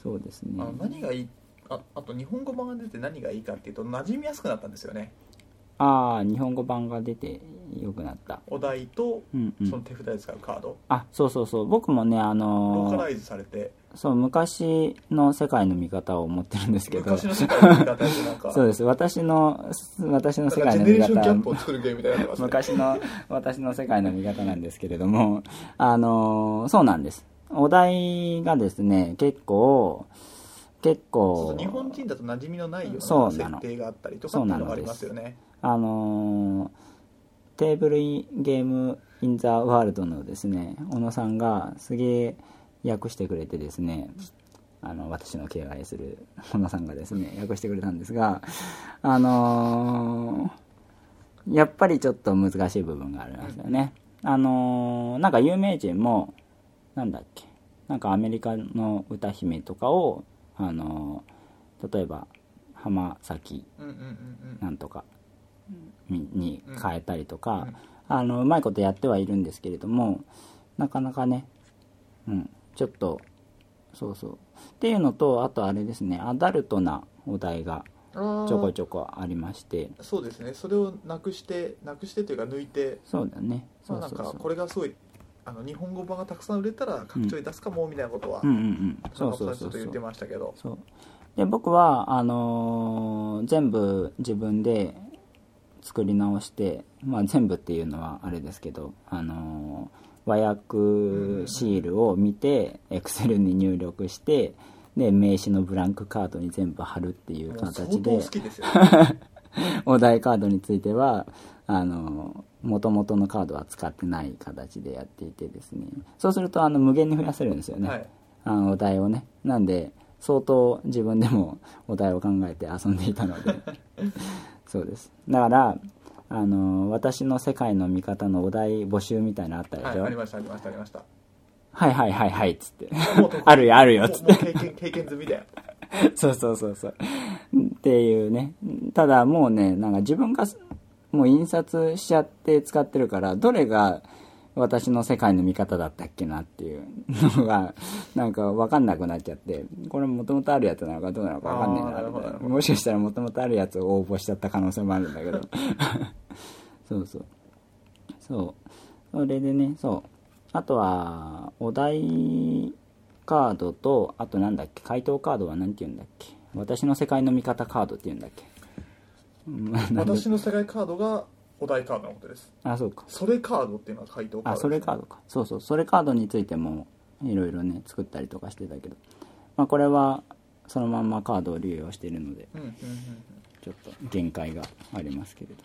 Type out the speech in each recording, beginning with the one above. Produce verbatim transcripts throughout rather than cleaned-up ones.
そうですね。 あの何がいい あ, あと日本語版が出て何がいいかっていうと馴染みやすくなったんですよね。 ああ、日本語版が出て良くなった。 お題と、 うんうん、 その手札で使うカード、 あ、そうそうそう、僕もね、あのー、 ローカライズされて、 そう、昔の世界の見方を持ってるんですけど、 昔の世界の見方ってなんかそうです、私の私の世界の見ジェネレーションギャッ方プを作るゲームみたいになってますね。 昔の私の世界の見方なんですけれども、あのー、そうなんです。お題がですね、結構結構そうそう、日本人だと馴染みのないようなそうなの設定があったりとかっていうのがありますよね。 あのー、テーブルゲームインザワールドのですね、小野さんがすげえ訳してくれてですね、あの私の敬愛する小野さんがですね訳してくれたんですが、あのー、やっぱりちょっと難しい部分がありますよね。あのー、なんか有名人もなんだっけ、なんかアメリカの歌姫とかを、あのー、例えば浜崎なんとかに変えたりとか、あのうまいことやってはいるんですけれども、なかなかね、うん、ちょっとそうそうっていうのと、あとあれですね、アダルトなお題がちょこちょこありまして、 そうですね、それをなくしてなくしてというか抜いて、 そうだね、 まあ、なんかこれがすごいあの日本語版がたくさん売れたら拡張に出すかもみたいなことは、 うんうんうんうん、そうそうそうそう、 ちょっと言ってましたけど、 そうで僕はあのー、全部自分で作り直して、まあ、全部っていうのはあれですけど、あのー、和訳シールを見てエクセルに入力して、で名刺のブランクカードに全部貼るっていう形で、 相当好きですよねお題カードについてはあの元々のカードは使ってない形でやっていてですね、そうするとあの無限に増やせるんですよね、はい、あのお題をね。なんで相当自分でもお題を考えて遊んでいたのでそうです。だからあの私の世界の見方のお題募集みたいなのあったでしょ、はい、 ありましたありましたありました、 はいはいはいはいっつってあるよあるよっつって、 もう経験経験済みだよそうそうそうそうっていうね。ただもうね、なんか自分がもう印刷しちゃって使ってるから、どれが私の世界の見方だったっけなっていうのがなんか分かんなくなっちゃって、これもともとあるやつなのかどうなのか分かんないなみたいな、もしかしたらもともとあるやつを応募しちゃった可能性もあるんだけどそうそうそうそれでね、そうあとはお題カードと、あとなんだっけ、回答カードはなんて言うんだっけ、私の世界の見方カードって言うんだっけ私の世界カードがお題カードのことです。 あ、そうか。 それカードっていうのは回答カードです、ね、 あ、それカードか。そうそう、それカードについてもいろいろね作ったりとかしてたけど、まあこれはそのまんまカードを流用しているので、うんうんうんうん、ちょっと限界がありますけれど。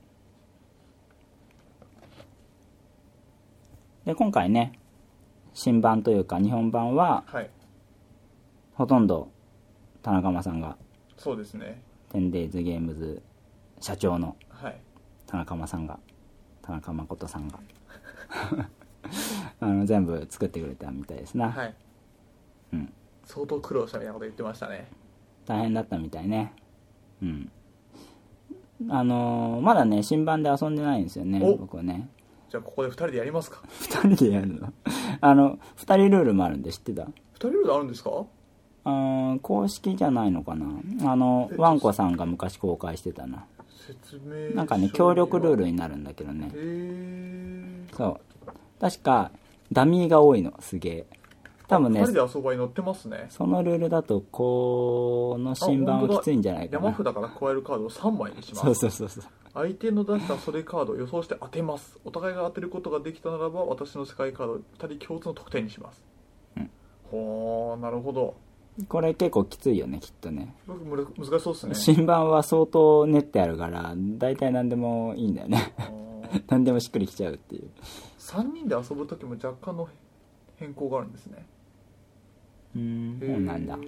で今回ね、新版というか日本版は、はい、ほとんど田中間さんが、 そうですね、 テンデイズゲームズ社長の田中間さんが、田中誠さんがあの全部作ってくれたみたいですな、はい、 うん、相当苦労したみたいなこと言ってましたね。 大変だったみたいね。うん、あのー、まだね新版で遊んでないんですよね、僕はね。 じゃあここでふたりでやりますか。 ふたりでやるのあのふたりルールもあるんで知ってた？ ふたりルールあるんですか？ あ、公式じゃないのかな。あのワンコさんが昔公開してたな。 説明なんかね協力ルールになるんだけどね。 へー、 そう確かダミーが多いの、すげえ。多分ね、 ふたりで遊ばに載ってますね。 そのルールだとこの新版はきついんじゃないかな。 山札から加えるカードをさんまいにします。 そうそうそうそう。相手の出したそれカードを予想して当てます。お互いが当てることができたならば私の世界カードをふたり共通の得点にします。うん、ほー、なるほど。 これ結構きついよね、きっとね。 僕難しそうですね。 新版は相当練ってあるから大体何でもいいんだよね何でもしっくりきちゃうっていう。 さんにんで遊ぶ時も若干の変更があるんですね。 うーん、そうなんだ。なる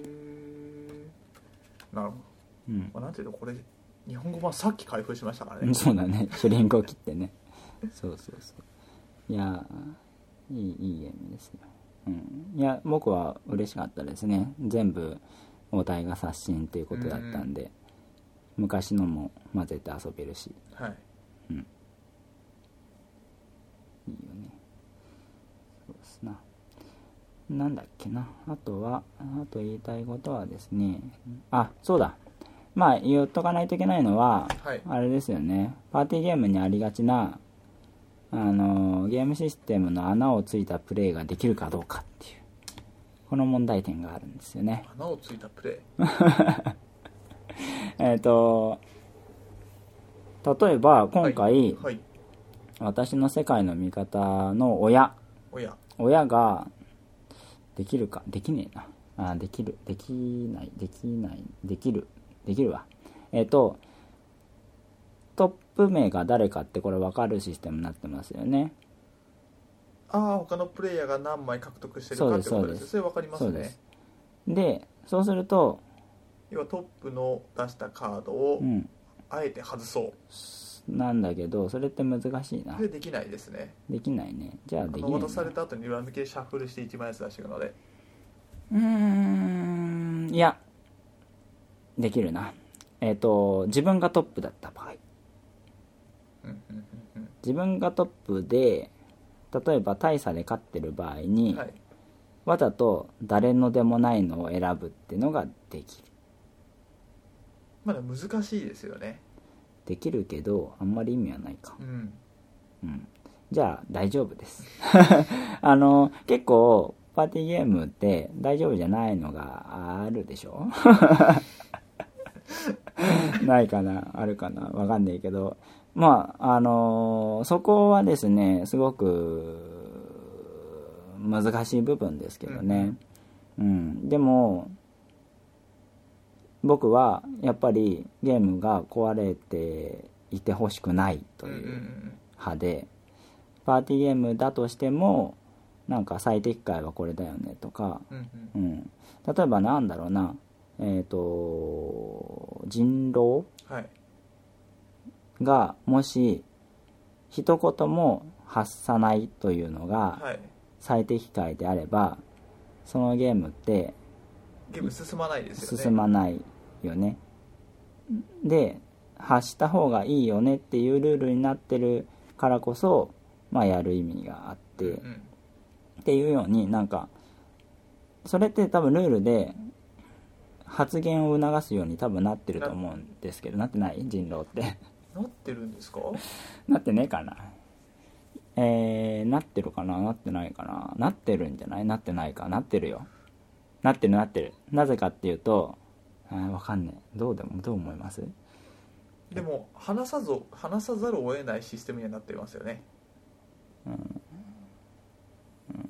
ほど。うん、まあ、なんていうの、これ日本語版さっき開封しましたからね。 そうだね、シュリンクを切ってねそうそうそう。いやいい、いいゲームですよ。うん、いや僕は嬉しかったですね。全部お題が刷新ということだったんで、うん、昔のも混ぜて遊べるし、はい、うん、いいよね。そうですな。 なんだっけな、あとはあと言いたいことはですね、あ、そうだ、まあ言っとかないといけないのは、 はい、 あれですよね、パーティーゲームにありがちなあのゲームシステムの穴をついたプレイができるかどうかっていう、この問題点があるんですよね。 穴をついたプレイえっと例えば今回、 はいはい、 私の世界の味方の親親親ができるかできねえなあ、できるできないできないできるできるわえっ、とトップ名が誰かってこれ分かるシステムになってますよね。 ああ、他のプレイヤーが何枚獲得してるかってことです。それ分かりますね。 そうです。でそうすると、 要はトップの出したカードを、 うん、 あえて外そうなんだけど、それって難しいな。 それできないですね。 できないね。じゃあできない、ね、 渡された後に裏向きでシャッフルしていちまいずつ出していくので、 うーん、いやできるな。えっ、ー、と自分がトップだった場合、自分がトップで例えば大差で勝ってる場合に、はい、わざと誰のでもないのを選ぶっていうのができる。 まだ難しいですよね。 できるけどあんまり意味はないか、 うんうん、じゃあ大丈夫ですあの結構パーティーゲームって大丈夫じゃないのがあるでしょないかな、あるかな、わかんないけど、まああのそこはですねすごく難しい部分ですけどね、うん、うん、でも僕はやっぱりゲームが壊れていてほしくないという派で、パーティーゲームだとしてもなんか最適解はこれだよねとか、うん、例えばなんだろうな、えっと人狼がもし一言も発さないというのが最適解であれば、そのゲームってゲーム進まないですよね。 進まないよね。で発した方がいいよねっていうルールになってるからこそ、まあやる意味があって、うん、っていうように、なんかそれって多分ルールで発言を促すように多分なってると思うんですけど、なってない？人狼ってなってるんですか？ なってねえかな。えー、なってるかな、なってないかな。なってるんじゃない？なってないか。なってるよ。なってるなってる。なぜかっていうと、あー、わかんねえ。どうでもどう思います？ でも話さず話さざるを得ないシステムにはなってますよね。うんうん、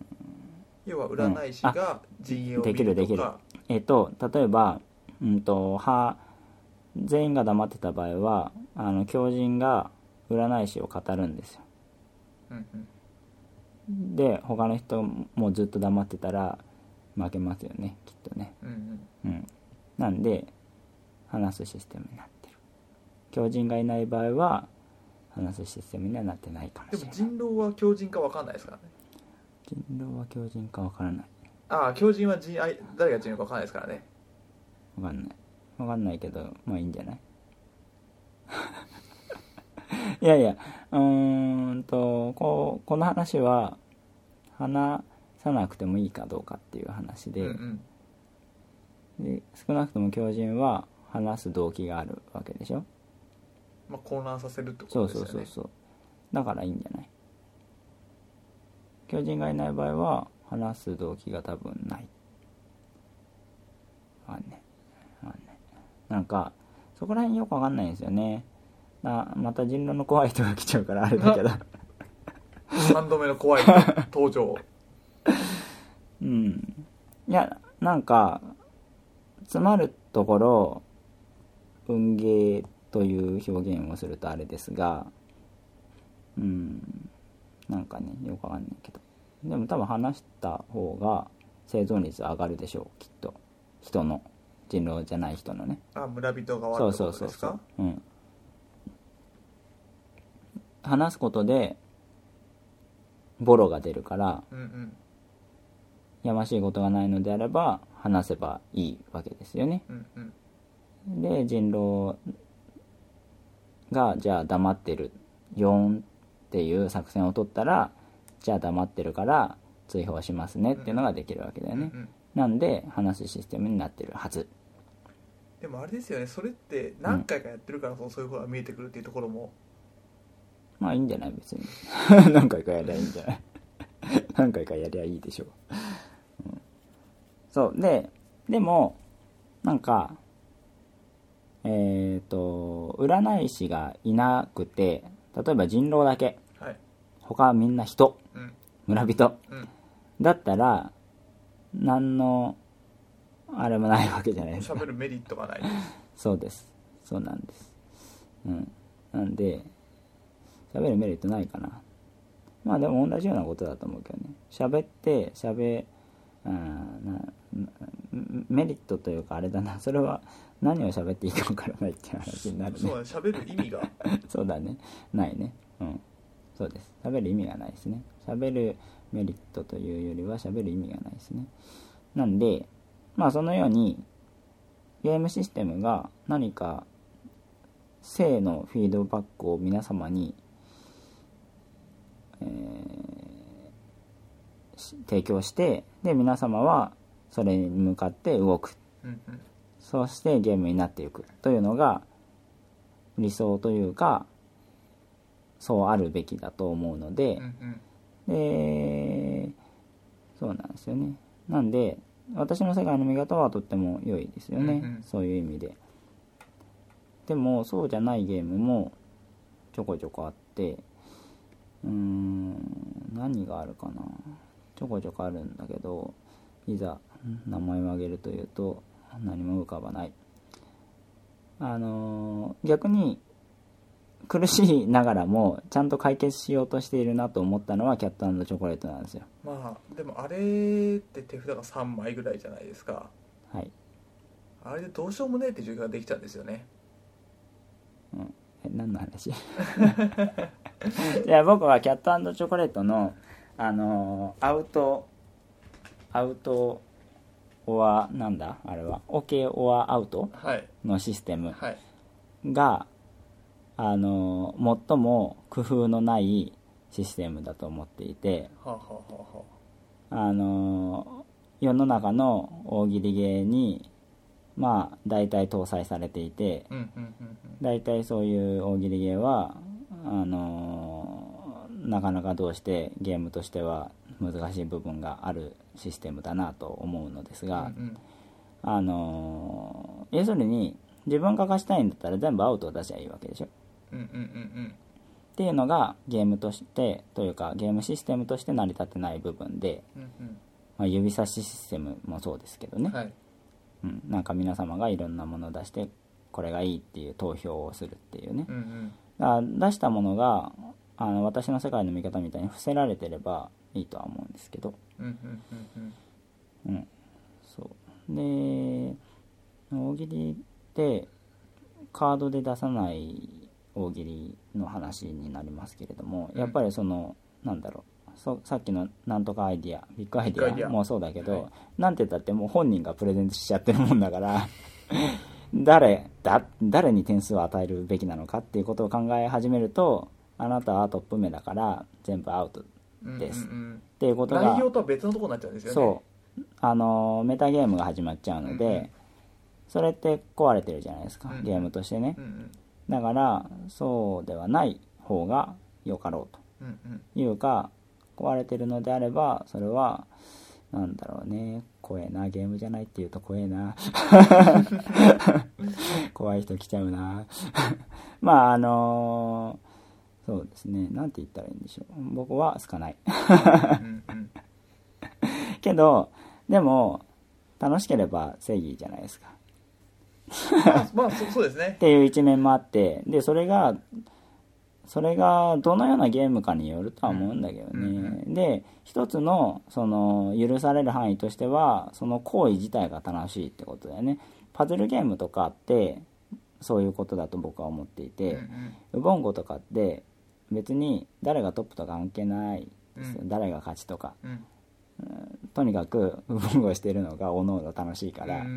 要は占い師が陣営を見るとか、できるできる。 えっと例えば、うんとは全員が黙ってた場合は、あの狂人が占い師を語るんですよ。うんうん、で他の人もずっと黙ってたら負けますよね、きっとね。うんうん、うん、なんで話すシステムになってる。狂人がいない場合は話すシステムにはなってないかもしれない。 でも人狼は狂人か分かんないですからね。 人狼は狂人か分からない。 ああ、狂人は人誰が人狼か分かんないですからね。 分かんない分かんないけど、まあいいんじゃないいやいや、うーんとこうこの話は話さなくてもいいかどうかっていう話で、うんうん、で少なくとも狂人は話す動機があるわけでしょ。 まあ、混乱させるってことですよね。 そうそうそうそう。だからいいんじゃない。狂人がいない場合は話す動機が多分ない。わかんねわかんねなんかそこら辺よくわかんないんですよね。なまた人狼の怖い人が来ちゃうからあれだけどさんどめの怖い登場うん。いや、なんか詰まるところ運ゲーという表現をするとあれですが、うん、なんかねよくわかんないけど、でも多分話した方が生存率上がるでしょう、きっと。人の、人狼じゃない人のね。 あ、村人側ってことですか？そうそうそうそう、うん。 話すことでボロが出るから、うんうん、やましいことがないのであれば話せばいいわけですよね。うんうん、で人狼がじゃあ黙ってるよんっていう作戦を取ったら、じゃあ黙ってるから追放しますねっていうのができるわけだよね、 うんうん、 なんで話すシステムになってるはず。 でもあれですよね、それって何回かやってるからそういうことが見えてくるっていうところも、 まあいいんじゃない別に何回かやりゃいいんじゃない何回かやりゃいいでしょう、うん、そうででもなんかえっ、ー、と占い師がいなくて、例えば人狼だけ、 はい、 他はみんな人、 うん、 村人、 うん、 だったら何のあれもないわけじゃないですか。 喋るメリットがないそうです、そうなんです、うん、なんで喋るメリットないかな。まあでも同じようなことだと思うけどね。喋って喋あなメリットというかあれだな、それは何を喋っていいか分からないっていう話になるね。 そうだね、喋る意味がそうだね、ないね、うん、そうです。喋る意味がないですね。喋るメリットというよりは喋る意味がないですね。なんでまあそのようにゲームシステムが何か正のフィードバックを皆様に、えー、提供して、で皆様はそれに向かって動く、 うん、うん、 そしてゲームになっていくというのが理想というか、そうあるべきだと思うので、 うんうん、でそうなんですよね。なんで私の世界の見方はとっても良いですよね、うんうん、そういう意味で。でもそうじゃないゲームもちょこちょこあって、うーん何があるかな、ちょこちょこあるんだけど、いざ名前を挙げるというと何も浮かばない。あのー、逆に苦しいながらもちゃんと解決しようとしているなと思ったのはキャット&チョコレートなんですよ。 まあでもあれって手札がさんまいぐらいじゃないですか。 はい。 あれでどうしようもねえって状況ができちゃうんですよね。 うん、え何の話じゃあ僕はキャット&チョコレートのあのー、アウトアウトオアなんだあれは OK オアアウトのシステムが、はい、あのー、最も工夫のないシステムだと思っていて、はあはあはあ、あのー、世の中の大喜利ゲーにまあ大体搭載されていて、うんうんうんうん、大体そういう大喜利ゲーはあのー、なかなかどうしてゲームとしては難しい部分があるシステムだなと思うのですが、うんうん、あのー、要するに自分が勝ちたいんだったら全部アウトを出しゃいいわけでしょ、うんうんうんうん、っていうのがゲームとしてというかゲームシステムとして成り立ってない部分で、うんうんまあ、指差しシステムもそうですけどね、はいうん、なんか皆様がいろんなものを出してこれがいいっていう投票をするっていうね、うんうん、だから出したものがあの私の世界の見方みたいに伏せられてればいいとは思うんですけど、うんうんうんうんうん、そうで大喜利ってカードで出さない大喜利の話になりますけれども、やっぱりそのなんだろうそさっきのなんとかアイディアビッグアイディアもそうだけど、はい、なんて言ったってもう本人がプレゼントしちゃってるもんだから誰だ誰に点数を与えるべきなのかっていうことを考え始めると、あなたはトップ目だから全部アウトです、うんうんうん、っていうことが内容とは別のところになっちゃうんですよね。 そうあのメタゲームが始まっちゃうので、うんうん、それって壊れてるじゃないですか、うんうん、ゲームとしてね、うんうん、だからそうではない方がよかろうというか、壊れてるのであればそれはなんだろうね、怖えな、ゲームじゃないっていうと怖えな怖い人来ちゃうなまああのー、そうですね、なんて言ったらいいんでしょう、僕は好かないうんうんけどでも楽しければ正義じゃないですかまあ、まあ、そ, そうですねっていう一面もあって、でそれがそれがどのようなゲームかによるとは思うんだけどね、うんうん、で一つのその許される範囲としてはその行為自体が楽しいってことだよね。パズルゲームとかってそういうことだと僕は思っていて、うんうん、ウボンゴとかって別に誰がトップとか関係ないですよ、うん、誰が勝ちとか、うんうん、とにかくウボンゴしてるのがおのおの楽しいから、うんうん、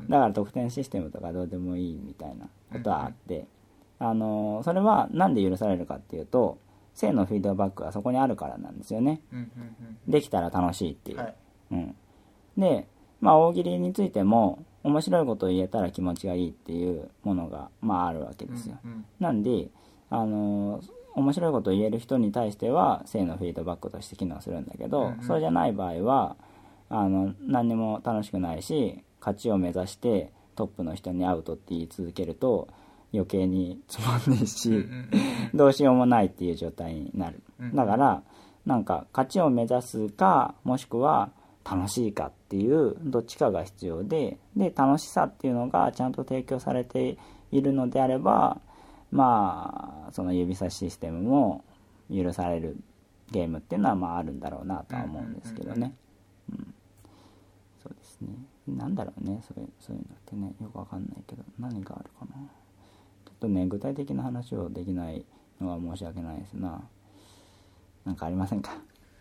だから得点システムとかどうでもいいみたいなことはあって、うんうん、あのそれはなんで許されるかっていうと、 性のフィードバックがそこにあるからなんですよね。 うんうんできたら楽しいっていう、 はいうん、で、まあ、大喜利についても面白いことを言えたら気持ちがいいっていうものが、まあ、あるわけですよ、 うんうんなんで、あのー面白いことを言える人に対しては性のフィードバックとして機能するんだけど、 うんうんそうじゃない場合はあの何にも楽しくないし、勝ちを目指してトップの人にアウトって言い続けると余計につまんねえし、 うんうんうんどうしようもないっていう状態になる。だからなんか勝ちを目指すか、もしくは楽しいかっていうどっちかが必要で、で楽しさっていうのがちゃんと提供されているのであれば、まあその指差しシステムも許されるゲームっていうのはまああるんだろうなとは思うんですけどね。うん、そうですね。なんだろうね、そういう、そういうのってね、よくわかんないけど何があるかな。ちょっとね、具体的な話をできないのは申し訳ないですな。なんかありませんか。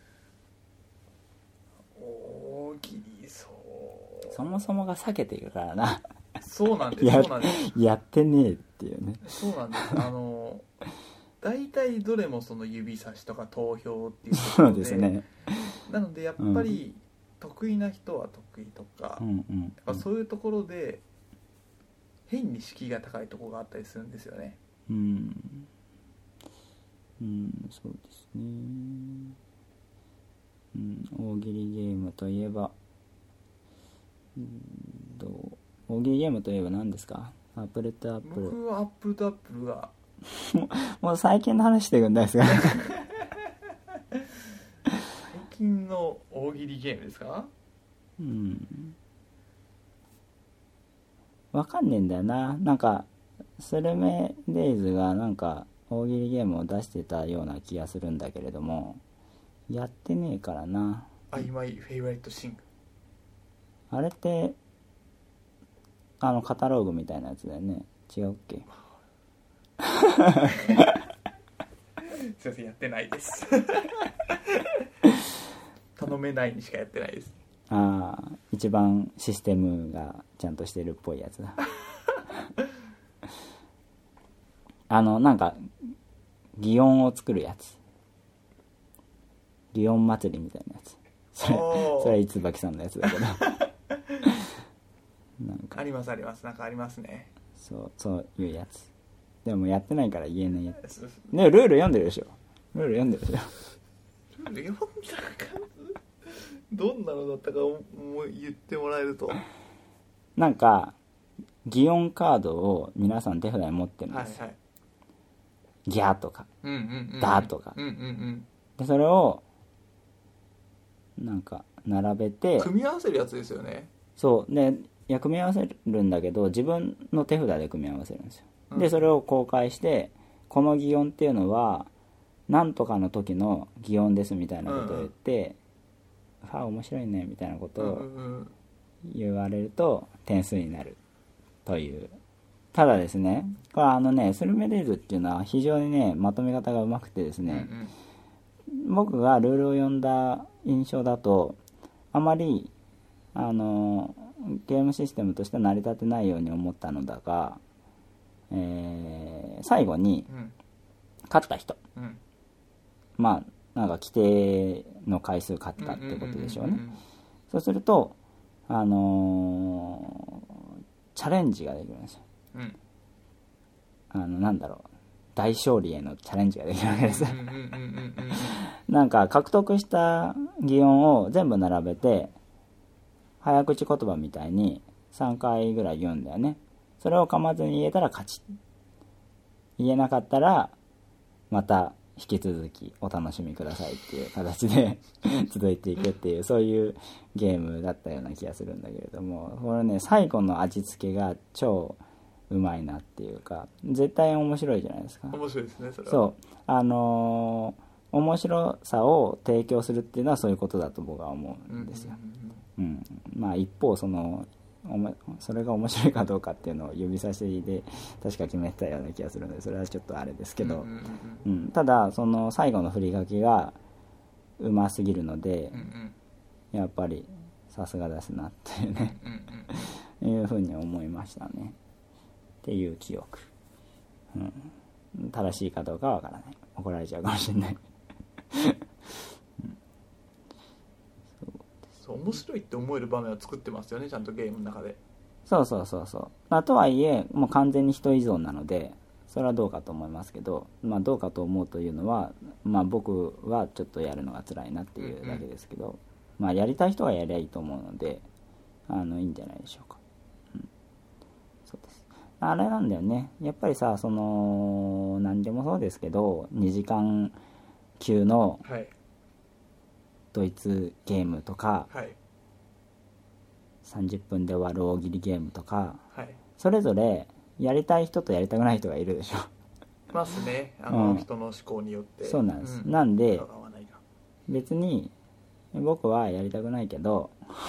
大喜利、そうそもそもが避けているからな。 そうなんですやそうなんですやってねえっていうね。 そうなんですあの大体どれもその指差しとか投票っていうとこそろでうですね。 なのでやっぱり得意な人は得意とか、 うんうんうん、 やっぱそういうところで変に敷居が高いところがあったりするんですよね。 うん、うん、そうですね。うん、大喜利ゲームといえば、うんと、大喜利ゲームといえば何ですか。アップルとアップル。 僕はアップルとアップルがもう最近の話してくんないですか。 最近の大喜利ゲームですか。 うんわかんねえんだよな。なんかスルメデイズがなんか大喜利ゲームを出してたような気がするんだけれども、やってねえからな。 I my favorite thing。 あれってあのカタログみたいなやつだよね。違うっけ。 すいません、やってないです頼めないにしかやってないです。 ああ、一番システムがちゃんとしてるっぽいやつだ。あのなんか擬音を作るやつ、擬音祭りみたいなやつ。それそれは椿さんのやつだけどなんかありますあります、なんかありますね。 そうそういうやつ。でもやってないから言えないやつそうね。ルール読んでるでしょ。ルール読んでるでしょ。 読んだかどんなのだったかも言ってもらえると。 なんか擬音カードを皆さん手札に持ってるんですよ、 はいはい。 ギャーとかうんうんうん、 ダーとか、 うんうんうん、 でそれをなんか並べて組み合わせるやつですよね。 そうで、いや組み合わせるんだけど自分の手札で組み合わせるんですよ、 うん、 でそれを公開してこの擬音っていうのはなんとかの時の擬音ですみたいなことを言って、うんうん、あ面白いねみたいなことを言われると点数になるという。ただですね、これあのねスルメデイズっていうのは非常にねまとめ方がうまくてですね、うんうん、僕がルールを読んだ印象だとあまりあのゲームシステムとして成り立ってないように思ったのだが、えー、最後に勝った人、うん、まあなんか規定の回数勝ったってことでしょうね。そうするとあのー、チャレンジができるんですよ、うん、あのなんだろう大勝利へのチャレンジができるわけですなんか獲得した擬音を全部並べて早口言葉みたいにさんかいぐらい言うんだよね。それを噛まずに言えたら勝ち、言えなかったらまた引き続きお楽しみくださいっていう形で続いていくっていう、そういうゲームだったような気がするんだけれども、これね最後の味付けが超うまいなっていうか絶対面白いじゃないですか。 面白いですねそれは。 そうあのー、面白さを提供するっていうのはそういうことだと僕は思うんですよ、うんうんうん、まあ一方そのおもそれが面白いかどうかっていうのを指差しで確か決めたような気がするのでそれはちょっとあれですけど、うんうんうんうん、ただその最後の振り書きがうますぎるので、うんうん、やっぱりさすがですなっていうね、うんうんうん、いうふうに思いましたねっていう記憶、うん、 正しいかどうかはわからない。怒られちゃうかもしれない、うん、 そう面白いって思える場面を作ってますよね、ちゃんとゲームの中で。 そうそうそうそう、まあ、とはいえもう完全に人依存なのでそれはどうかと思いますけど、まあ、どうかと思うというのは、まあ、僕はちょっとやるのが辛いなっていうだけですけど、うんうん、まあ、やりたい人がやりゃいいと思うので、あのいいんじゃないでしょうか、うん、そうです。あれなんだよね、やっぱりさ、その何でもそうですけどにじかん級のドイツゲームとか、 はい、 さんじゅっぷんで終わる大喜利ゲームとか、 はい、 それぞれやりたい人とやりたくない人がいるでしょ。 いますね、あの人の思考によって、 うん、そうなんです、うん、なんで合わないな。 別に僕はやりたくないけど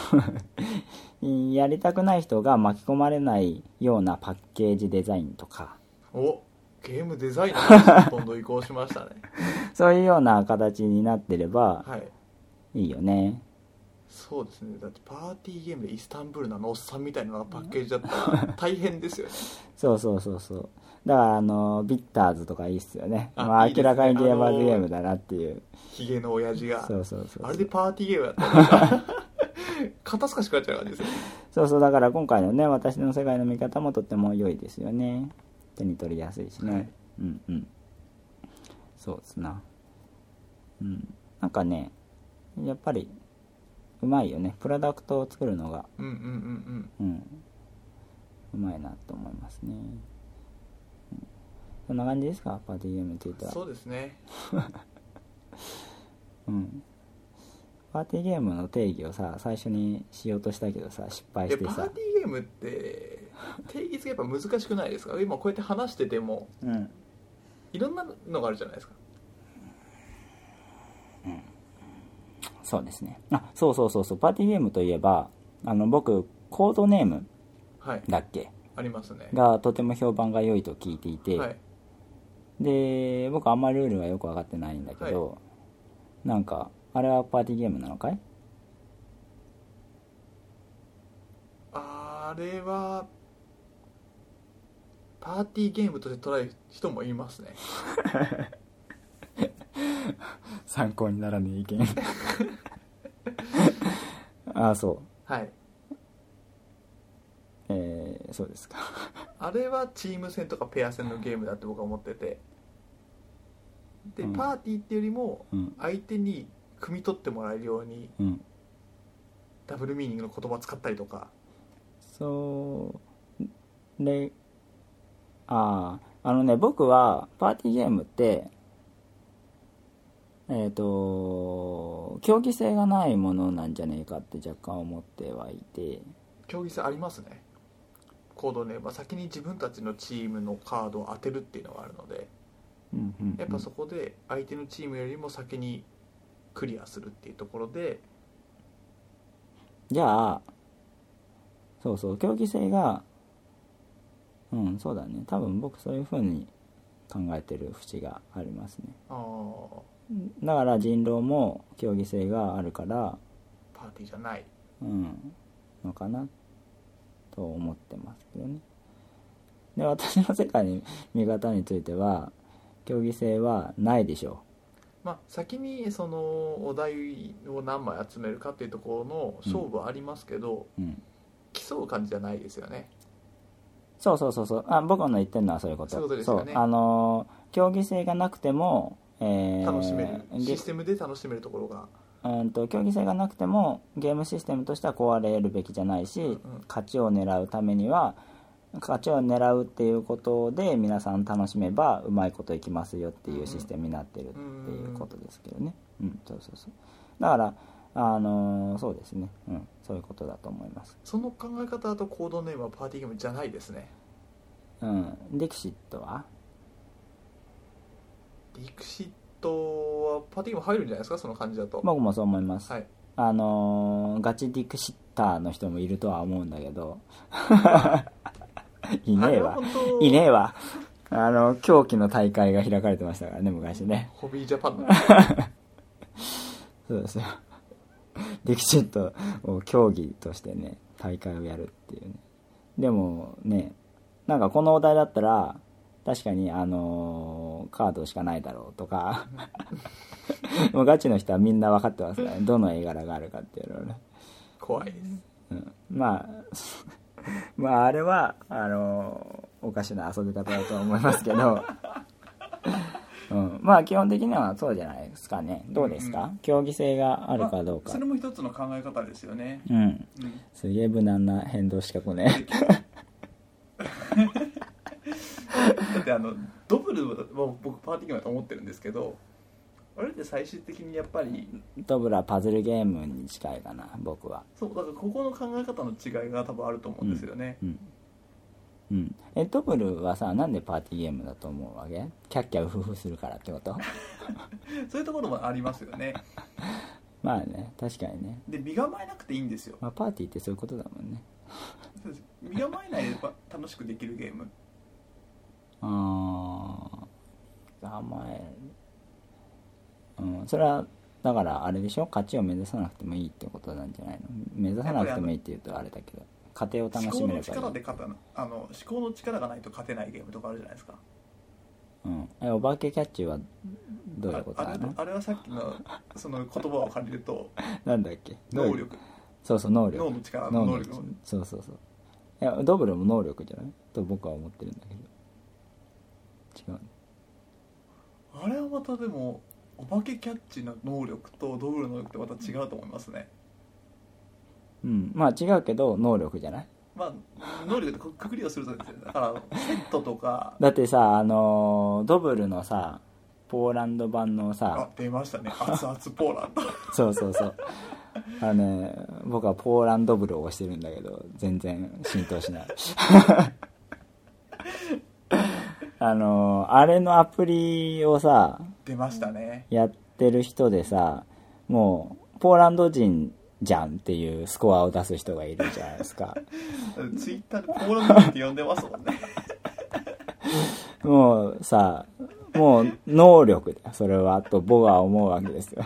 やりたくない人が巻き込まれないようなパッケージデザインとか、 おゲームデザイナーにどんどん移行しましたねそういうような形になってればいいよね、 はい、そうですね。だってパーティーゲームでイスタンブールのあのおっさんみたいなのがパッケージだったら大変ですよねそうそうそうそう、だからあのビッターズとかいいっすよね。 あ、 まあ、 いいですね、 明らかにゲーマーズゲームだなっていう、 ヒゲの親父がそうそうそうそう、 あれでパーティーゲームだったら肩透かしくなっちゃう感じですよね。 そうそう、だから今回のね私の世界の見方もとっても良いですよね。手に取りやすいしね、はい、うんうん、そうですな、うん、なんかねやっぱりうまいよね、プロダクトを作るのが、 うんうんうんうん、うん、うまいなと思いますね、うん、そんな感じですか、パーティーゲームについては。 そうですねうん、パーティーゲームの定義をさ最初にしようとしたけどさ失敗してさ。 パーティーゲームって定義付けやっぱ難しくないですか。今こうやって話してても、うん、いろんなのがあるじゃないですか、 うん、そうですね。あ、そうそうそうそう、パーティーゲームといえばあの僕コードネームだっけ、はい、 ありますね、 がとても評判が良いと聞いていて、はい、で僕あんまりルールはよく分かってないんだけど、はい、なんかあれはパーティーゲームなのかい？ あれはパーティーゲームとして捉える人もいますね参考にならない意見ああ、そう、 はい、 えー、そうですかあれはチーム戦とかペア戦のゲームだって僕は思ってて、で、うん、パーティーっていうよりも相手に汲み取ってもらえるように、うん、ダブルミーニングの言葉を使ったりとか、 そうね、ああ、あのね、僕はパーティーゲームってえっと競技性がないものなんじゃねえかって若干思ってはいて。 競技性ありますね。コードネームは先に自分たちのチームのカードを当てるっていうのがあるので、うんうんうん、やっぱそこで相手のチームよりも先にクリアするっていうところで、 じゃあそうそう、競技性が、うん、そうだね、多分僕そういう風に考えてる節がありますね。あ、だから人狼も競技性があるからパーティーじゃない、 うん、のかなと思ってますけどね。で、私の世界の見方については競技性はないでしょう。まあ、先にそのお題を何枚集めるかっていうところの勝負はありますけど、うんうん、競う感じじゃないですよね。 そうそうそうそう、あ、僕の言ってるのはそういうこと。 そういうことですよね。 そう、あの競技性がなくても、えー、 楽しめるシステムで楽しめるところが、 うんと競技性がなくてもゲームシステムとしては壊れるべきじゃないし、うんうん、勝ちを狙うためには勝ちを狙うっていうことで皆さん楽しめばうまいこといきますよっていうシステムになってるっていうことですけどね、うん、うん、そうそうそう、だからあのー、そうですね、うん、そういうことだと思います。 その考え方だとコードネームはパーティーゲームじゃないですね。 うん、ディクシットはディクシットはパーティーゲーム入るんじゃないですか、その感じだと。 僕もそう思います、 はい、 あのー、ガチディクシッターの人もいるとは思うんだけどいねえわいねえわあの狂気の大会が開かれてましたからね昔ね、 ホビージャパンのそうですよ、ディクシットを競技としてね大会をやるっていうね。でもね、なんかこのお題だったら確かにあのーカードしかないだろうとかもうガチの人はみんな分かってますからね、どの絵柄があるかっていうのはね。 怖いです、 うん、まあまああれはあのーおかしな遊び方だと思いますけどうん、まあ基本的にはそうじゃないですかね。どうですか、うんうん、競技性があるかどうか、 まあ、それも一つの考え方ですよね。 うん、うん、すげえ無難な変動しかこねだってあのドブルは僕パーティーゲームだと思ってるんですけど、あれって最終的にやっぱりドブルはパズルゲームに近いかな、僕は。 そうだからここの考え方の違いが多分あると思うんですよね。 うん、うんうん、えドブルはさ、なんでパーティーゲームだと思うわけ？キャッキャウフフするからってことそういうところもありますよね。 まあね、確かにね。 で身構えなくていいんですよ、 まあ、パーティーってそういうことだもんね身構えないで楽しくできるゲーム。 ああ、構える、うん、それはだからあれでしょ、勝ちを目指さなくてもいいってことなんじゃないの？目指さなくてもいいって言うとあれだけど、過程を楽しめればいい。 思考の力で勝たなあの思考の力がないと勝てないゲームとかあるじゃないですか。 うん、えお化けキャッチはどういうことなの？ あ, あ, れあれはさっきのその言葉を借りるとなんだっけ、 能力。 そうそう、能力、 脳の力の能力のそうそうそう。いやドブルも能力じゃないと僕は思ってるんだけど、違う。 あれはまたでもお化けキャッチの能力とドブルの能力ってまた違うと思いますね。 うん、まあ違うけど能力じゃない。 まあ能力でくくりをするとですね、だからセットとかだってさ、あのドブルのさポーランド版のさ、 あ出ましたね、熱々ポーランドそうそうそう、あのね、僕はポーランドブルを押してるんだけど全然浸透しないあのあれのアプリをさ出ましたね、 やってる人でさ、もうポーランド人じゃんっていうスコアを出す人がいるじゃないですかツイッターでポーランド人って呼んでますもんねもうさ、もう能力だそれはと僕は思うわけですよ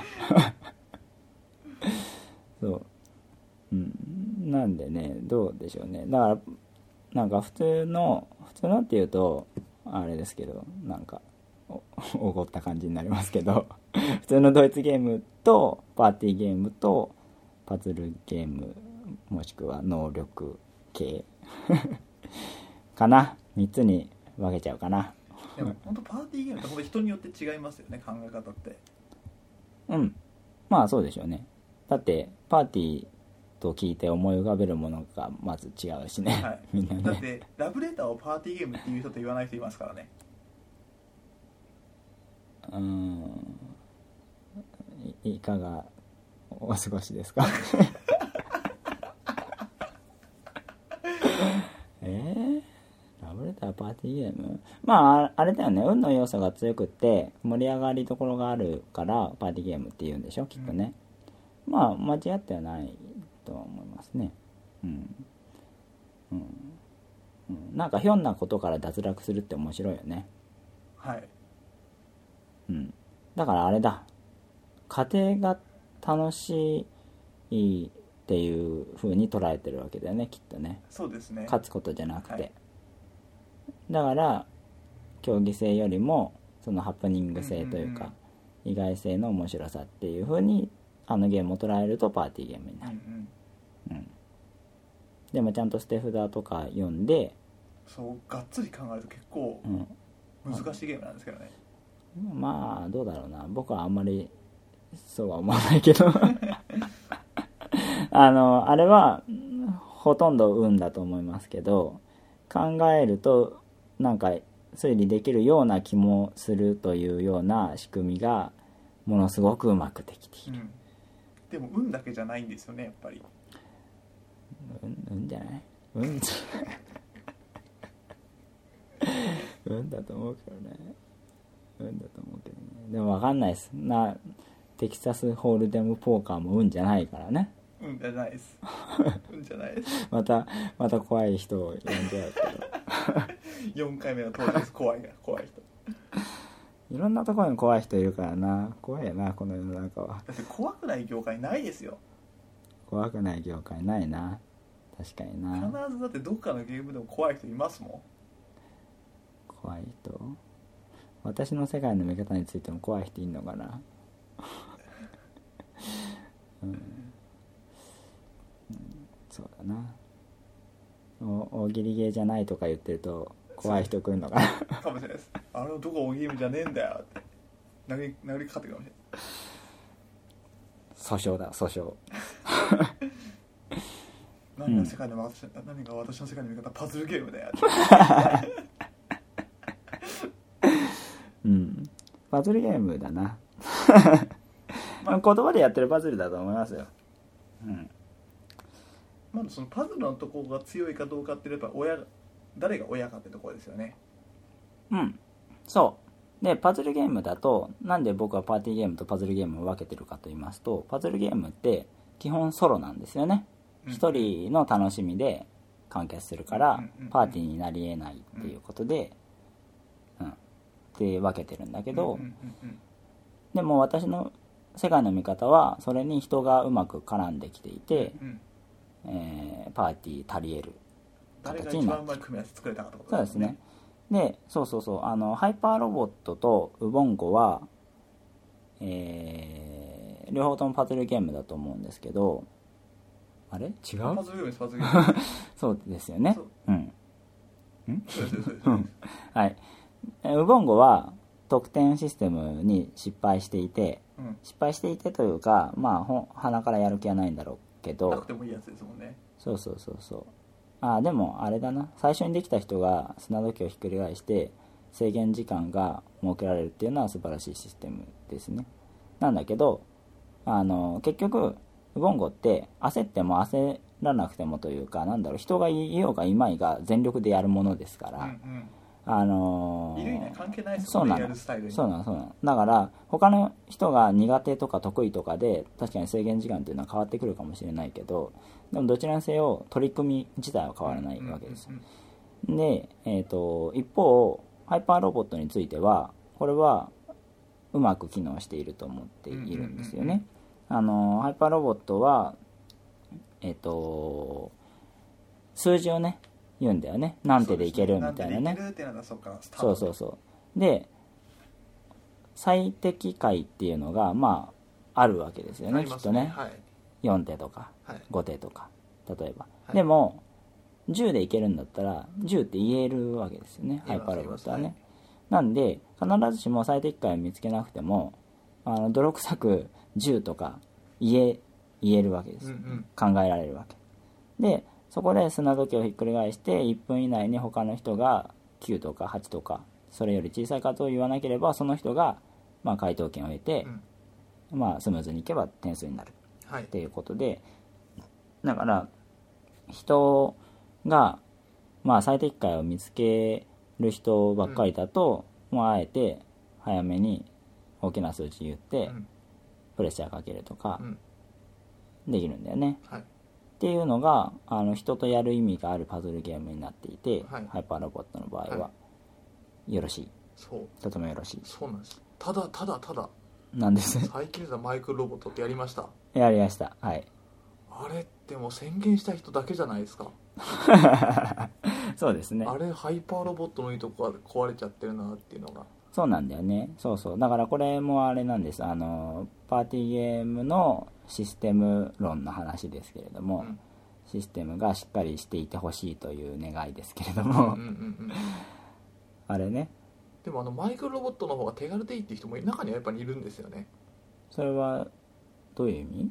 そう、うん、なんでね、どうでしょうね。だからなんか普通の普通のっていうとあれですけど、なんかおごった感じになりますけど普通のドイツゲームとパーティーゲームとパズルゲームもしくは能力系かな、みっつに分けちゃうかな。 でも本当パーティーゲームって本当人によって違いますよね、考え方って。 うん、まあそうでしょうね。だってパーティーと聞いて思い浮かべるものがまず違うしね、はい、みんなね。 だってラブレターをパーティーゲームっていう人と言わない人いますからね。 うーん、い, いかがお過ごしですかえー、ラブレターパーティーゲーム、まああれだよね、運の要素が強くって盛り上がりどころがあるからパーティーゲームって言うんでしょきっとね、うん、まあ間違ってはないとは思いますね。うん、うんうん、なんかひょんなことから脱落するって面白いよね。 はい、 うん、だからあれだ、家庭が楽しいっていう風に捉えてるわけだよねきっとね。 そうですね、 勝つことじゃなくて、はい、だから競技性よりもそのハプニング性というか、うんうんうん、意外性の面白さっていう風にあのゲームを捉えるとパーティーゲームになる、うんうんうん、でもちゃんと捨て札とか読んで、 そうがっつり考えると結構難しいゲームなんですけどね、 うん、まあどうだろうな、僕はあんまりそうは思わないけどあのあれはほとんど運だと思いますけど、考えるとなんか推理できるような気もするというような仕組みがものすごくうまくできている、うん、 でも運だけじゃないんですよね、やっぱり。 運、運じゃない運運だと思うけどね、運だと思うけどね。でも分かんないですな、テキサスホールデムポーカーも運じゃないからね。 運じゃないです運じゃないですまたまた怖い人を呼んじゃうけどよんかいめの登場です。怖いが怖い人いろんなところに怖い人いるからな、怖いよなこの世の中は。 だって怖くない業界ないですよ。 怖くない業界ないな、確かにな。 必ずだってどっかのゲームでも怖い人いますもん。 怖い人、私の世界の見方についても怖い人いんのかなうん、うん、そうだな。お大喜利芸じゃないとか言ってると怖い人来るのかなかもしれないです。あれのどこ大喜利じゃねえんだよって殴り、殴りかかってくるかもしれない。 訴訟だ、訴訟何が世界の私、うん、何が私の世界の見方、パズルゲームだようん、パズルゲームだなまあ、言葉でやってるパズルだと思いますよ。うん。 まだそのパズルのところが強いかどうかって言えば親誰が親かってところですよね。 うん、そうでパズルゲームだと、なんで僕はパーティーゲームとパズルゲームを分けてるかと言いますと、パズルゲームって基本ソロなんですよね。一、うん、人の楽しみで完結するから、うん、パーティーになり得ないっていうことで、うん、で分けてるんだけど、うんうんうんうん、でも私の世界の見方はそれに人がうまく絡んできていて、うんえー、パーティー足り得る形になって、誰が一番うまい組み合わせ作れたかってことですね。そうですね。で、そうそうそう、あのハイパーロボットとウボンゴは、えー、両方ともパズルゲームだと思うんですけど、あれ違う？ パズルゲームです、パズルゲームそうですよね。うん。ん？はい。ウボンゴは得点システムに失敗していて、うん、失敗していてというか、まあほ鼻からやる気はないんだろうけど。 なくてもいいやつですもんね。 そうそうそうそう。あでもあれだな、最初にできた人が砂時計をひっくり返して制限時間が設けられるっていうのは素晴らしいシステムですね。なんだけどあの結局ウボンゴって焦っても焦らなくてもというか、なんだろう、人がいようがいまいが全力でやるものですから、うんうん、あのー、 いるいない関係ないですよね、やるスタイルに。 そうなのそうなの。だから他の人が苦手とか得意とかで確かに制限時間っていうのは変わってくるかもしれないけど、でもどちらにせよ取り組み自体は変わらないわけですよ、うんうんうん、で、えーと、一方ハイパーロボットについてはこれはうまく機能していると思っているんですよね、うんうんうんうん、あのハイパーロボットはえっ、ー、と数字をね言うんだよね。何手でいけるみたいなね。そうそうそうで最適解っていうのがまああるわけですよね、きっとね、はい、よんてとかごてとか例えば、はい、でもじゅうでいけるんだったらじゅうって言えるわけですよね、ハイパーロボットはね、はい、なんで必ずしも最適解を見つけなくてもあの泥臭くじゅうとか言え言えるわけです、うんうん、考えられるわけで、そこで砂時計をひっくり返していっぷん以内に他の人がきゅうとかはちとかそれより小さい数を言わなければその人がまあ回答権を得て、うん、まあスムーズにいけば点数になるっていうことで、はい、だから人がまあ最適解を見つける人ばっかりだと、うん、もうあえて早めに大きな数値言ってプレッシャーかけるとかできるんだよね、はい、っていうのがあの人とやる意味があるパズルゲームになっていて、はい、ハイパーロボットの場合は、はい、よろしい。そうとてもよろしい。 そうなんです。ただただただなんです最近さマイクロロボットってやりました。 やりました。はい。 あれってもう宣言した人だけじゃないですかそうですね。 あれハイパーロボットのいいとこが壊れちゃってるなっていうのが。 そうなんだよね。そうそう。だからこれもあれなんです。あのパーティーゲームのシステム論の話ですけれども、うん、システムがしっかりしていてほしいという願いですけれども、うんうんうんうん、あれね。 でもあのマイクロロボットの方が手軽でいいっていう人も中にはやっぱりいるんですよね。 それはどういう意味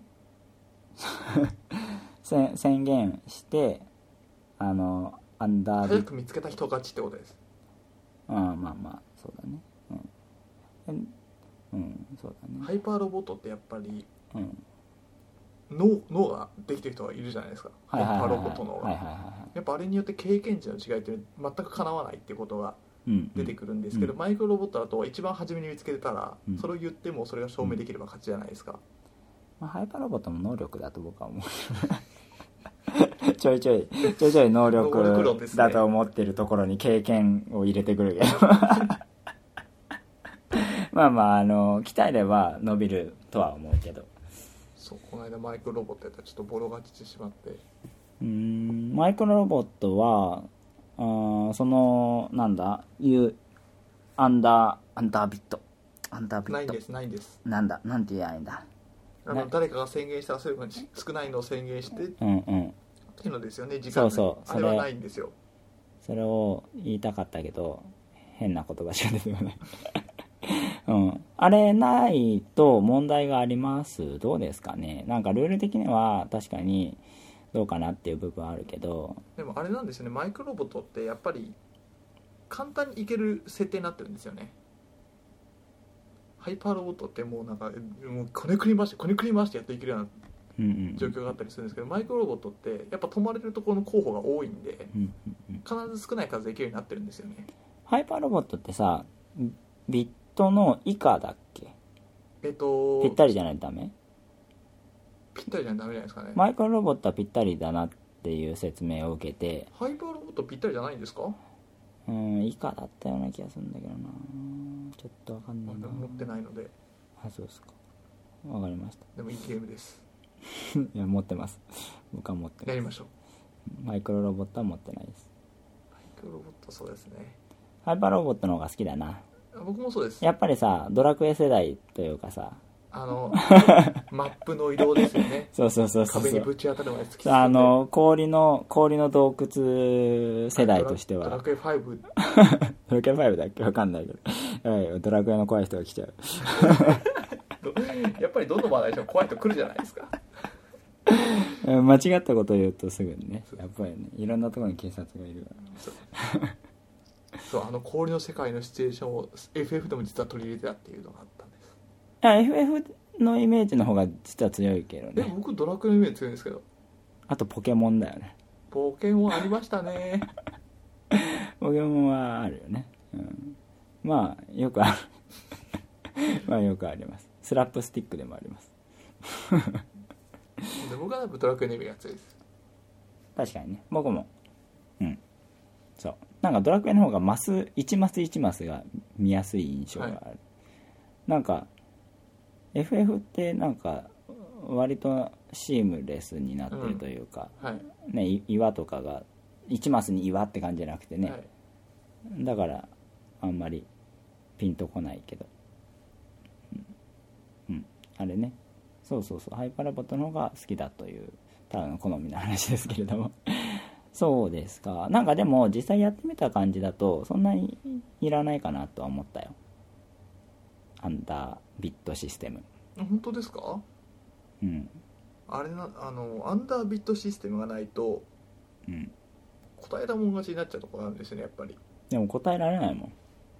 宣言してあのアンダー早く見つけた人勝ちってことです。 ああまあまあそうだね。うん、うん、そうだね。 ハイパーロボットってやっぱり、うん、脳, 脳ができてる人がいるじゃないですか、ハイパーロボットのが、やっぱあれによって経験値の違いって全くかなわないっていうことが出てくるんですけど、うんうん、マイクロロボットだと一番初めに見つけてたら、うん、それを言ってもそれが証明できれば勝ちじゃないですか、うんまあ、ハイパーロボットの能力だと僕は思うちょいちょいちょいちょい能力だと思ってるところに経験を入れてくるけどまあまああの鍛えれば伸びるとは思うけど、 そうこの間マイクロロボットやったらちょっとボロ勝ちしてしまって、 うーんマイクロロボットはあそのなんだ言うアンダーアンダービットアンダービットないんですないんです。 なんだなんて言えばいいんだ。 あの誰かが宣言したらそれが少ないのを宣言してうんうんっていうのですよね。時間そうそうあれはないんですよ。 それを言いたかったけど変な言葉しか出てこないうん、あれないと問題があります。どうですかね。なんかルール的には確かにどうかなっていう部分はあるけど、 でもあれなんですよね。マイクロロボットってやっぱり簡単にいける設定になってるんですよね。ハイパーロボットってもうなんかもうこねくり回してこねくり回してやっていけるような状況があったりするんですけど、うんうん、マイクロロボットってやっぱ止まれるところの候補が多いんで、うんうんうん、必ず少ない数でいけるようになってるんですよね。 ハイパーロボットってさビットの以下だっけ。 えっとぴったりじゃないとダメ。 ぴったりじゃダメじゃないですかね。 マイクロロボットはぴったりだなっていう説明を受けて、 ハイパーロボットぴったりじゃないんですか。 うん、以下だったような気がするんだけどな。ちょっとわかんないな。 持ってないので。 あ、そうですか。わかりました。 でもいいゲームですいや持ってます。僕は持ってます。 やりましょう。マイクロロボットは持ってないです。 マイクロロボットそうですね。 ハイパーロボットの方が好きだな。 僕もそうです。 やっぱりさドラクエ世代というかさ、 あのマップの移動ですよね。 そうそうそうそう、 壁にぶち当たるまで突き進んで、 あの氷の氷の洞窟世代としては、 ドラクエファイブドラクエファイブだっけわかんないけど、はい、ドラクエの怖い人が来ちゃうやっぱりどの話題でも怖い人来るじゃないですか間違ったことを言うとすぐにね、やっぱりね、いろんなところに警察がいるからそう、あの氷の世界のシチュエーションを エフエフ でも実は取り入れてたっていうのがあったんです。 いや エフエフ のイメージの方が実は強いけどね。 でも僕ドラクエのイメージ強いんですけど。 あとポケモンだよね。 ポケモンありましたねポケモンはあるよね、うん、まあよくあるまあよくあります。スラップスティックでもありますで僕はドラクエのイメージが強いです。 確かにね、僕もうんそう、なんかドラクエの方がマスいちマスいちマスが見やすい印象がある、はい、なんか エフエフ ってなんか割とシームレスになってるというか、うんはいね、岩とかがいちマスに岩って感じじゃなくてね、はい、だからあんまりピンとこないけど、うん、うん、あれね、そうそうそう、ハイパーロボットの方が好きだというただの好みの話ですけれどもそうですか。なんかでも実際やってみた感じだとそんなにいらないかなとは思ったよ、アンダービットシステム。 本当ですか。うん、あれな、あのアンダービットシステムがないと、うん、答えたもん勝ちになっちゃうところなんですよね、やっぱり。 でも答えられないもん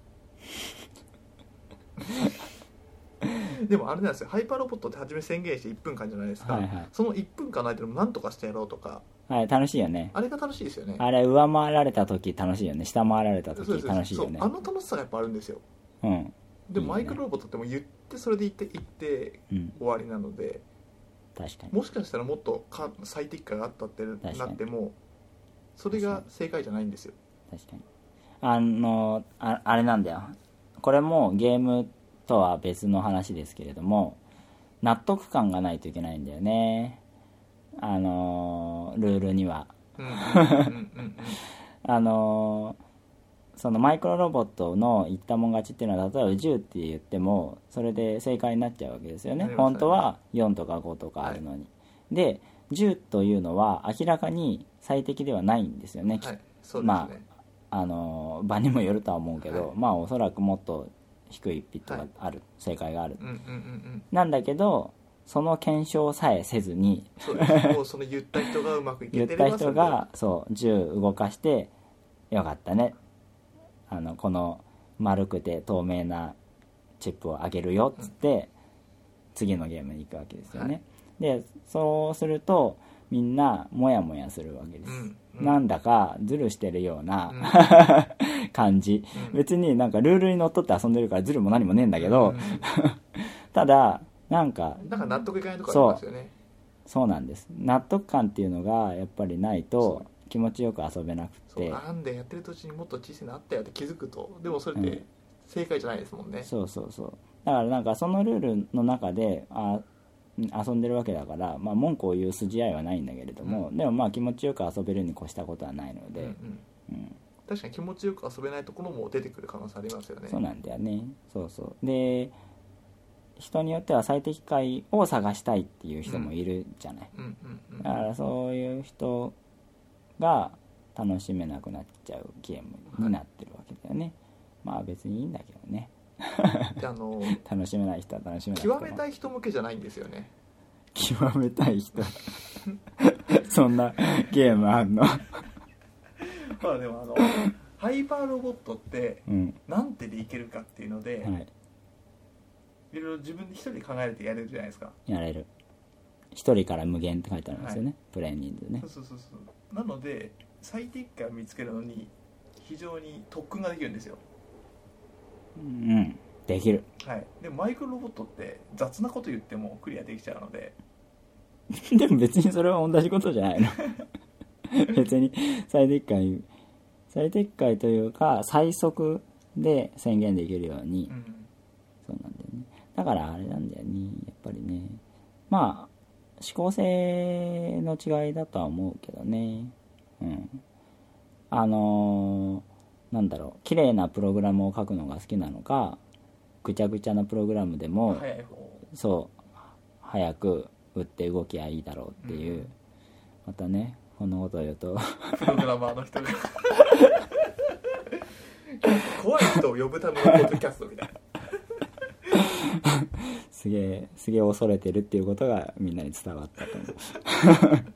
でもあれなんですよ、ハイパーロボットって初め宣言していっぷんかんじゃないですか、はいはい、そのいっぷんかんの間でも何とかしてやろうとか、 はい、楽しいよね。 あれが楽しいですよね。 あれ上回られた時楽しいよね、下回られた時楽しいよね。 そう、あの楽しさがやっぱあるんですよ、うん、でもマイクロロボットっても言ってそれで言って言って終わりなので、うん、確かにもしかしたらもっとか最適化があったってなってもそれが正解じゃないんですよ。 確かにあの あ, あれなんだよ、これもゲームとは別の話ですけれども、納得感がないといけないんだよね、あのルールにはあのそのマイクロロボットの言ったもん勝ちっていうのは、例えばじゅうって言ってもそれで正解になっちゃうわけですよね。本当はよんとかごとかあるのに、はい、でじゅうというのは明らかに最適ではないんですよね、はい、そうですね。まああの場にもよるとは思うけど、はい、まあおそらくもっと低いピットがある、はい、正解がある、うんうんうんうん、なんだけどその検証さえせずにそうですもうその言った人がうまくいけてれば言った人がそうじゅう動かしてよかったね、あのこの丸くて透明なチップをあげるよっつって、うん、次のゲームに行くわけですよね、はい、でそうするとみんなモヤモヤするわけです、うんうん、なんだかズルしてるような、うん、感じ、うん、別になんかルールにのっとって遊んでるからズルも何もねえんだけど、うんうん、ただなんかなんか納得いかないとこありますよね。 そう、そうなんです。納得感っていうのがやっぱりないと気持ちよく遊べなくて、 そうなんでやってる途中にもっと小さいのあったよって気づくと、でもそれって正解じゃないですもんね、うん、そうそうそう。だからなんかそのルールの中であ遊んでるわけだから、まあ、文句を言う筋合いはないんだけれども、うん、でもまあ気持ちよく遊べるに越したことはないので、うんうんうん、 確かに気持ちよく遊べないところも出てくる可能性ありますよね。 そうなんだよね。そうそうで人によっては最適解を探したいっていう人もいるじゃない、 うんうんうんうん、 だからそういう人が楽しめなくなっちゃうゲームになってるわけだよね、はい、まあ別にいいんだけどねであの楽しめない人は楽しめない人も極めたい人向けじゃないんですよね。 極めたい人そんなゲームあんのまあでもあのハイパーロボットって何手でいけるかっていうので、うん、はい、いろいろ自分で一人で考えてやれるじゃないですか。 やれる。一人から無限って書いてあるんですよね、はい、プレイ人数ね。 そうそうそうそう。なので最適解を見つけるのに非常に特訓ができるんですよ。 うん、できる。 はい。でもマイクロロボットって雑なこと言ってもクリアできちゃうのででも別にそれは同じことじゃないの別に最適解最適解というか最速で宣言できるように、うん、そうなんだよね。だからあれなんだよね、やっぱりね、まあ指向性の違いだとは思うけどね。うんあのー、なんだろう、綺麗なプログラムを書くのが好きなのか、ぐちゃぐちゃなプログラムでも早い方、 そう早く打って動きゃいいだろうっていう、うん、またねこんなことを言うとプログラマーの人が怖い人を呼ぶためのポッドキャストみたいなすげえすげえ恐れてるっていうことがみんなに伝わったと思う、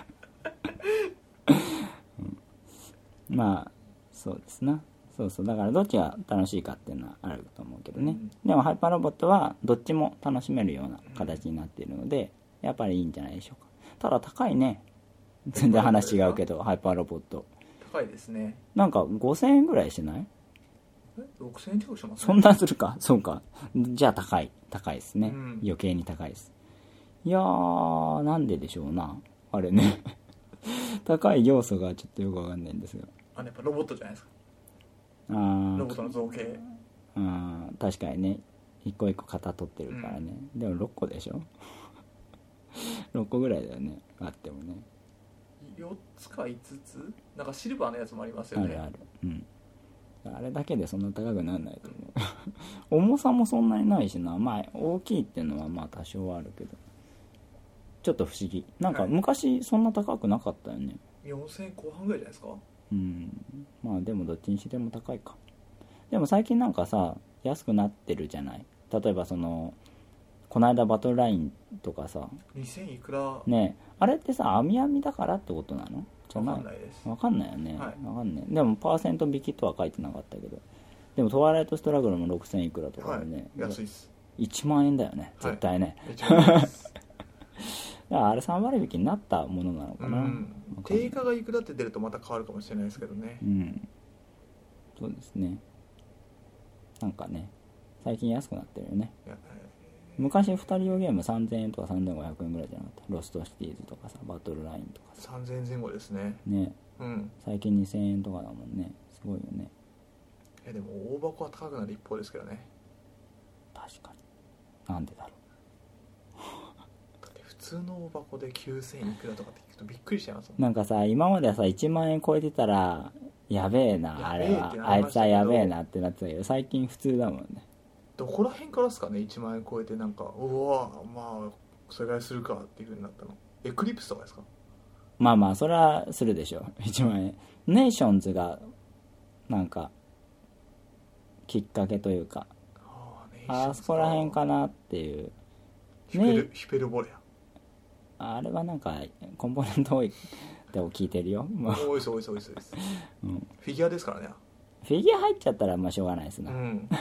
うん、まあそうですな。そうそう、だからどっちが楽しいかっていうのはあると思うけどね、うん、でもハイパーロボットはどっちも楽しめるような形になっているのでやっぱりいいんじゃないでしょうか。ただ高いね、全然話違うけどハイパーロボット高いですね。 なんかごせんえんぐらいしない？ えろくせんえん近くしますね。 そんなするか。そうか、じゃあ高い高いですね、うん、余計に高いです。いやーなんででしょうなあれね高い要素がちょっとよくわかんないんですが、 あれやっぱロボットじゃないですか。 あロボットの造形、 あ確かにね、一個一個型取ってるからね、うん、でもろっこでしょろっこぐらいだよね、あってもね。 よっつかいつつなんかシルバーのやつもありますよね。 あるある、うん、あれだけでそんな高くならないと思う重さもそんなにないしな、まあ大きいっていうのはまあ多少はあるけどちょっと不思議、なんか昔そんな高くなかったよね、はい、 よんせんえんこう半ぐらいじゃないですか。 うん、まあでもどっちにしても高いか。でも最近なんかさ安くなってるじゃない。例えばそのこの間バトルラインとかさにせんいくらね、あれってさ網網だからってことなの？ 分かんないです。 分かんないよね、 はい、 分かんない。でもパーセント引きとは書いてなかったけど、でもトワイライトストラグルもろくせんいくらとかでね、 はい、安いっす。 いちまんえんだよね絶対ね、 はい、いちまんえんですだからあれさん割引になったものなのかな、うん、 定価がいくらって出るとまた変わるかもしれないですけどね。 うんそうですね。なんかね最近安くなってるよね。昔ふたり用ゲームさんぜんえんとかさんぜんごひゃくえんぐらいじゃなかった？ロストシティーズとかさバトルラインとかささんぜんえんぜん後ですね。 ね、 うん、 最近にせんえんとかだもんね。すごいよね。 えでも大箱は高くなる一方ですけどね。 確かに。なんでだろうだって普通の大箱できゅうせんいくらとかって聞くとびっくりしちゃいますもん。 なんかさ今まではさいちまんえん超えてたらやべえなあれはあいつはやべえなってなってたけど最近普通だもんね。 どこら辺からですかね、いちまんえん超えてなんかうわまあそれぐらいするかっていう風になったの。エクリプスとかですか？ まあまあそれはするでしょいちまんえん。ネーションズがなんかきっかけというか あ, あそこら辺かなっていう。 ヒペル、ヒペルボレアあれはなんかコンポーネント多いって聞いてるよ多いです多いです多いです、うん、フィギュアですからね。 フィギュア入っちゃったらまあしょうがないですな、 うん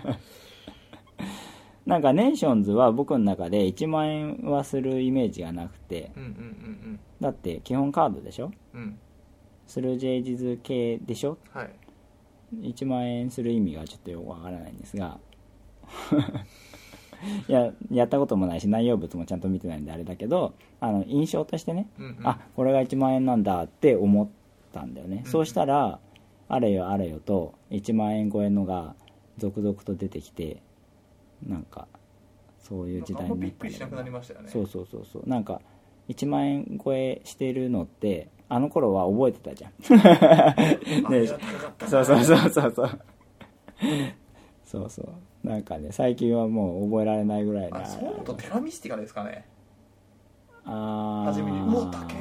なんかネーションズは僕の中でいちまんえんはするイメージがなくて、 うんうんうんうん、 だって基本カードでしょ、 うん、 スルージェイジズ系でしょ、 はい、 いちまんえんする意味がちょっとよくわからないんですがいややったこともないし内容物もちゃんと見てないんであれだけどあの印象としてね、うんうん、あこれがいちまんえんなんだって思ったんだよね、うんうん、そうしたらあれよあれよといちまんえん超えのが続々と出てきてなんかそういう時代になったんだよね。 びっくりしなくなりましたよね。 そうそうそうそうなんかいちまんえん超えしてるのってあの頃は覚えてたじゃんでそうそうそうそうそうそうそうなんかね最近はもう覚えられないぐらいな。 あそう思うとテラミスティカですかね。 あ初めにもう高え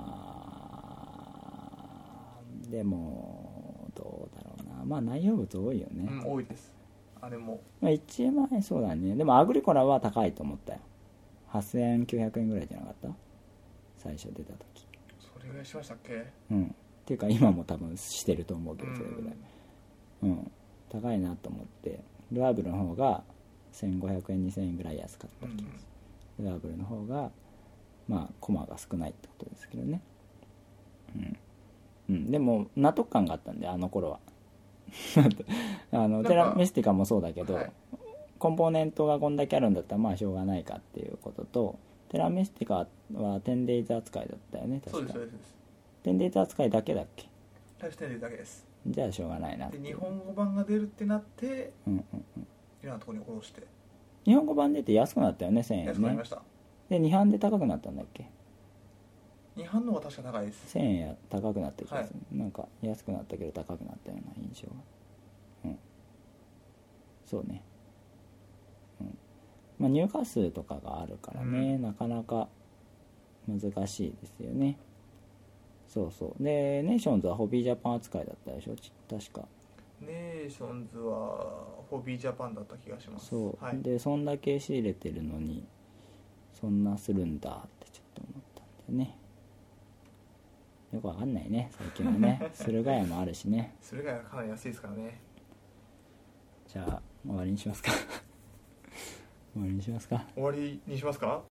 ってでもどうだろうな、まあ内容物多いよね。 うん多いです。あれも、 まあ、いちまん円そうだね。でもアグリコラは高いと思ったよ。はっせんきゅうひゃくえんぐらいじゃなかった、最初出た時。 それぐらいしましたっけ。 うんっていうか今も多分してると思うけどそれぐらい、うん、うん、高いなと思って。ルアーブルの方がせんごひゃくえんにせんえんぐらい安かった気がする、うん、ルアーブルの方がまあコマが少ないってことですけどね。うん、うん、でも納得感があったんであの頃はあのテラミスティカもそうだけど、はい、コンポーネントがこんだけあるんだったらまあしょうがないかっていうことと、テラミスティカはテンデイズ扱いだったよね確か。 そうですそうです。 テンデイズ扱いだけだっけ。 確かテンデイズだけです。じゃあしょうがないな。 で日本語版が出るってなって、 うんうんうん、いろんなところに下ろして。 日本語版出て安くなったよねせんえんね。 安くなりました。 でに版で高くなったんだっけ。 に版の方が確か高いです。 せんえんや高くなった気がする、はい、なんか安くなったけど高くなったような印象が。うんそうね、うんまあ、入荷数とかがあるからね、うん、なかなか難しいですよね。そうそうでネーションズはホビージャパン扱いだったでしょ確か。 ネーションズはホビージャパンだった気がします。 そう、 はい、 でそんだけ仕入れてるのにそんなするんだってちょっと思ったんだよね。よくわかんないね最近はね駿河屋もあるしね。 駿河屋かなり安いですからね。 じゃあ終わりにしますか終わりにしますか終わりにしますか。